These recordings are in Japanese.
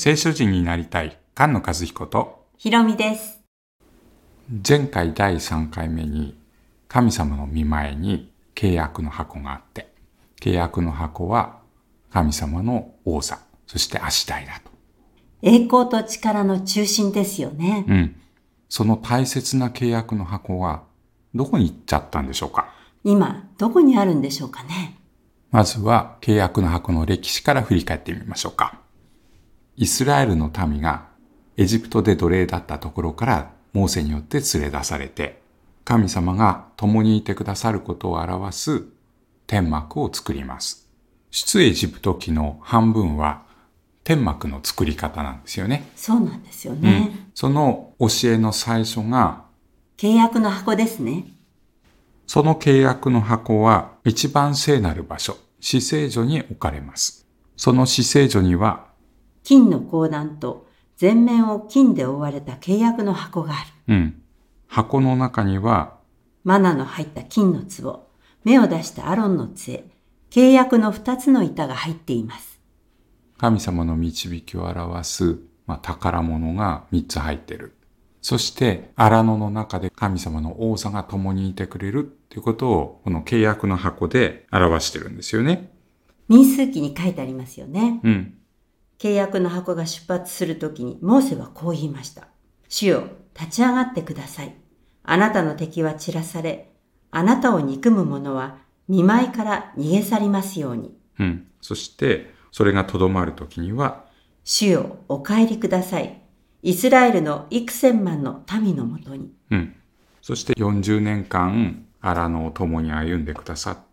聖書人になりたい菅野和彦とひろみです。 前回第3回目に神様の御前に契約の箱があって、契約の箱は神様の王座、そして足台だと。 栄光と力の中心ですよね。 その大切な契約の箱はどこに行っちゃったんでしょうか。 今どこにあるんでしょうかね。 まずは契約の箱の歴史から振り返ってみましょうか。イスラエルの民がエジプトで奴隷だったところからモーセによって連れ出されて、神様が共にいてくださることを表す天幕を作ります。出エジプト記の半分は天幕の作り方なんですよね。 そうなんですよね。 その教えの最初が契約の箱ですね。 その契約の箱は一番聖なる場所、至聖所に置かれます。その至聖所には金の香壇と全面を金で覆われた契約の箱がある。 箱の中にはマナの入った金の壺、芽を出したアロンの杖、契約の2つの板が入っています。 神様の導きを表す、宝物が3つ入っている。そして荒野の中で神様の王座が共にいてくれるということをこの契約の箱で表してるんですよね。 民数記に書いてありますよね。契約の箱が出発するときにモーセはこう言いました。主よ、立ち上がってください。あなたの敵は散らされ、あなたを憎む者は見舞いから逃げ去りますように。 そしてそれがとどまるときには、 主よ、お帰りください。イスラエルの幾千万の民のもとに。 そして40年間荒野を共に歩んでくださって、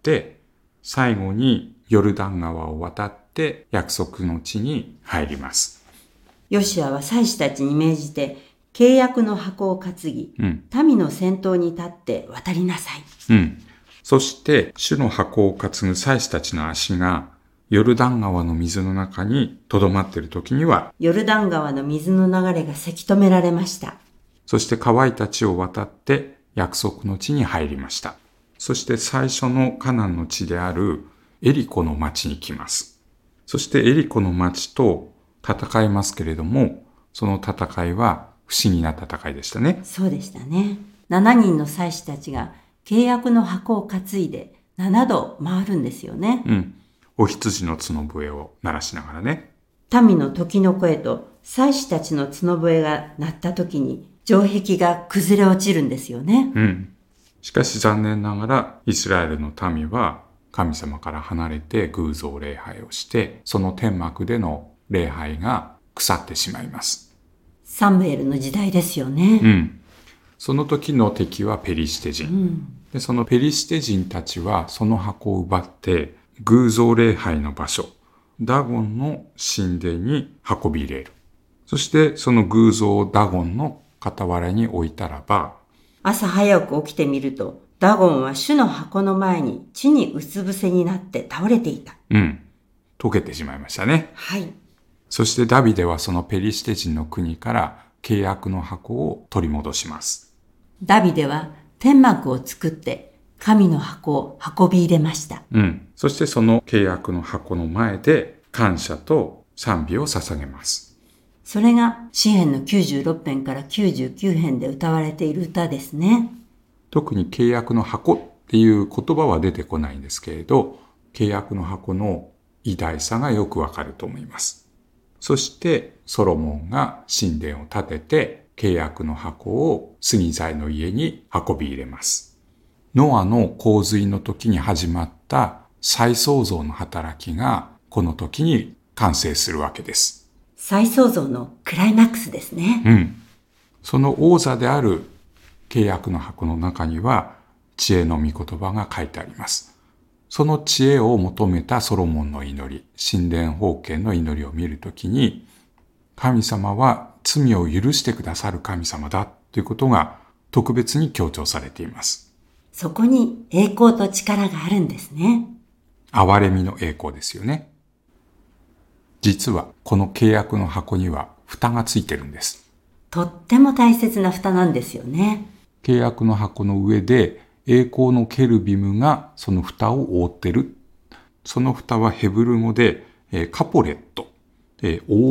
最後にヨルダン川を渡って約束の地に入ります。 ヨシュアは祭司たちに命じて契約の箱を担ぎ、民の先頭に立って渡りなさい。 そして主の箱を担ぐ祭司たちの足がヨルダン川の水の中にとどまっている時には、 ヨルダン川の水の流れがせき止められました。 そして乾いた地を渡って約束の地に入りました。そして最初のカナンの地であるエリコの町に来ます。そしてエリコの町と戦いますけれども、その戦いは不思議な戦いでしたね。 そうでしたね。7人の祭司たちが契約の箱を担いで7度回るんですよね。 お羊の角笛を鳴らしながらね。 民の時の声と祭司たちの角笛が鳴った時に城壁が崩れ落ちるんですよね。 しかし残念ながらイスラエルの民は神様から離れて偶像礼拝をして、その天幕での礼拝が腐ってしまいます。 サムエルの時代ですよね。 その時の敵はペリシテ人。で、そのペリシテ人たちはその箱を奪って偶像礼拝の場所、ダゴンの神殿に運び入れる。そしてその偶像をダゴンの傍らに置いたらば、 朝早く起きてみると、ダゴンは主の箱の前に地にうつ伏せになって倒れていた。 溶けてしまいましたね。そしてダビデはそのペリシテ人の国から契約の箱を取り戻します。 ダビデは天幕を作って神の箱を運び入れました。 そしてその契約の箱の前で感謝と賛美を捧げます。 それが詩編の96編から99編で歌われている歌ですね。 特に契約の箱っていう言葉は出てこないんですけれど、契約の箱の偉大さがよくわかると思います。そしてソロモンが神殿を建てて契約の箱を杉材の家に運び入れます。ノアの洪水の時に始まった再創造の働きがこの時に完成するわけです。 再創造のクライマックスですね。 その王座である契約の箱の中には知恵の御言葉が書いてあります。その知恵を求めたソロモンの祈り、神殿封建の祈りを見るときに、神様は罪を許してくださる神様だということが特別に強調されています。 そこに栄光と力があるんですね。 憐れみの栄光ですよね。実はこの契約の箱には蓋がついてるんです。 とっても大切な蓋なんですよね。 契約の箱の上で栄光のケルビムがその蓋を覆ってる。その蓋はヘブル語でカポレット、覆う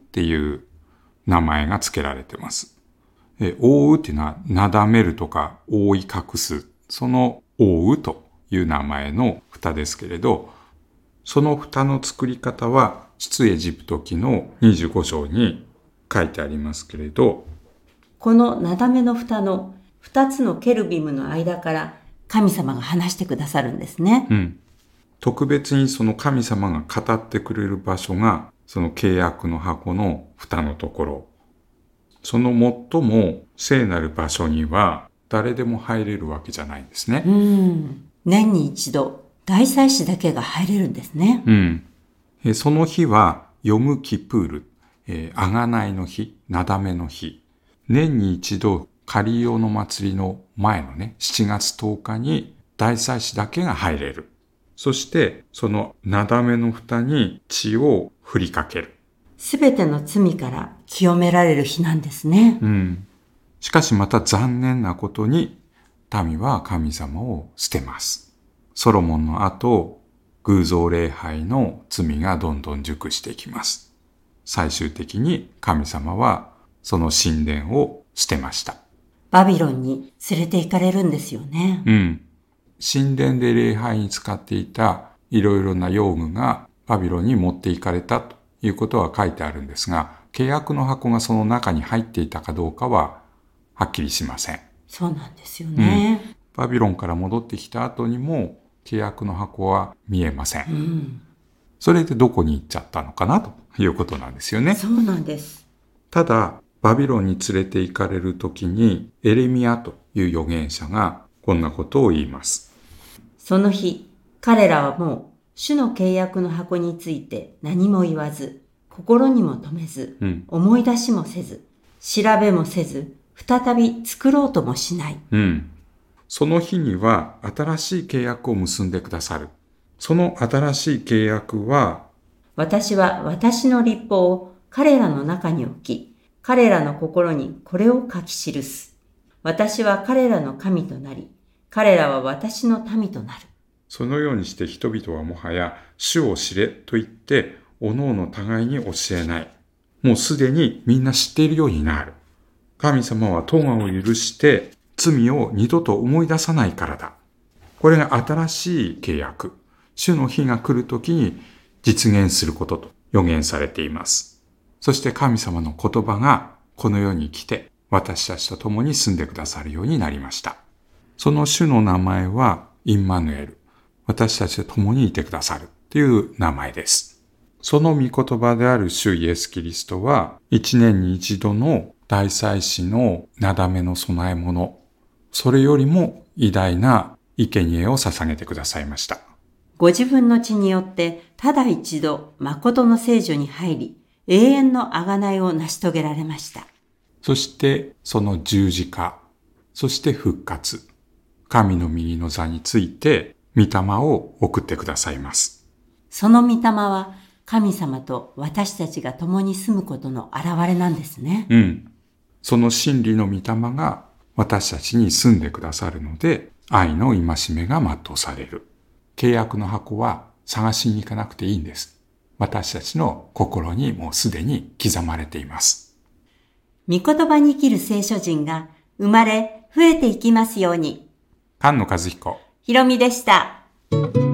っていう名前が付けられています。覆うっていうのは、なだめるとか覆い隠す、その覆うという名前の蓋ですけれど、その蓋の作り方は出エジプト記の25章に書いてありますけれど、 このなだめの蓋の2つのケルビムの間から神様が話してくださるんですね。 特別にその神様が語ってくれる場所が、その契約の箱の蓋のところ。その最も聖なる場所には誰でも入れるわけじゃないんですね。 年に一度、大祭司だけが入れるんですね。 その日はヨムキプール、贖いの日、なだめの日。年に一度、カリオの祭りの前のね、7月10日に大祭司だけが入れる。そして、そのなだめの蓋に血を振りかける。 すべての罪から清められる日なんですね。 しかしまた残念なことに、民は神様を捨てます。ソロモンの後、偶像礼拝の罪がどんどん熟していきます。最終的に神様はその神殿を捨てました。 バビロンに連れて行かれるんですよね。 神殿で礼拝に使っていたいろいろな用具がバビロンに持って行かれたということは書いてあるんですが、契約の箱がその中に入っていたかどうかははっきりしません。 そうなんですよね。 バビロンから戻ってきた後にも契約の箱は見えません。それでどこに行っちゃったのかなということなんですよね。 そうなんです。 ただ、バビロンに連れて行かれるときにエレミヤという預言者がこんなことを言います。 その日、彼らはもう主の契約の箱について何も言わず、心にも留めず、思い出しもせず、調べもせず、再び作ろうともしない。 その日には新しい契約を結んでくださる。その新しい契約は、 私は私の律法を彼らの中に置き、彼らの心にこれを書き記す。私は彼らの神となり、彼らは私の民となる。 そのようにして人々はもはや主を知れと言って、おのおの互いに教えない。もうすでにみんな知っているようになる。神様は咎を許して罪を二度と思い出さないからだ。これが新しい契約。主の日が来るときに実現することと予言されています。そして神様の言葉がこの世に来て私たちと共に住んでくださるようになりました。その主の名前はインマヌエル。私たちと共にいてくださるという名前です。その御言葉である主イエスキリストは一年に一度の大祭司のなだめの供え物、それよりも偉大な生贄を捧げてくださいました。 ご自分の血によってただ一度誠の聖所に入り、永遠の贖いを成し遂げられました。 そしてその十字架、そして復活、神の右の座について御霊を送ってくださいます。 その御霊は神様と私たちが共に住むことの現れなんですね。 その真理の御霊が私たちに住んでくださるので、愛の戒めが全うされる。契約の箱は探しに行かなくていいんです。私たちの心にもうすでに刻まれています。 御言葉に生きる聖書人が生まれ増えていきますように。 菅野和彦、 ひろみでした。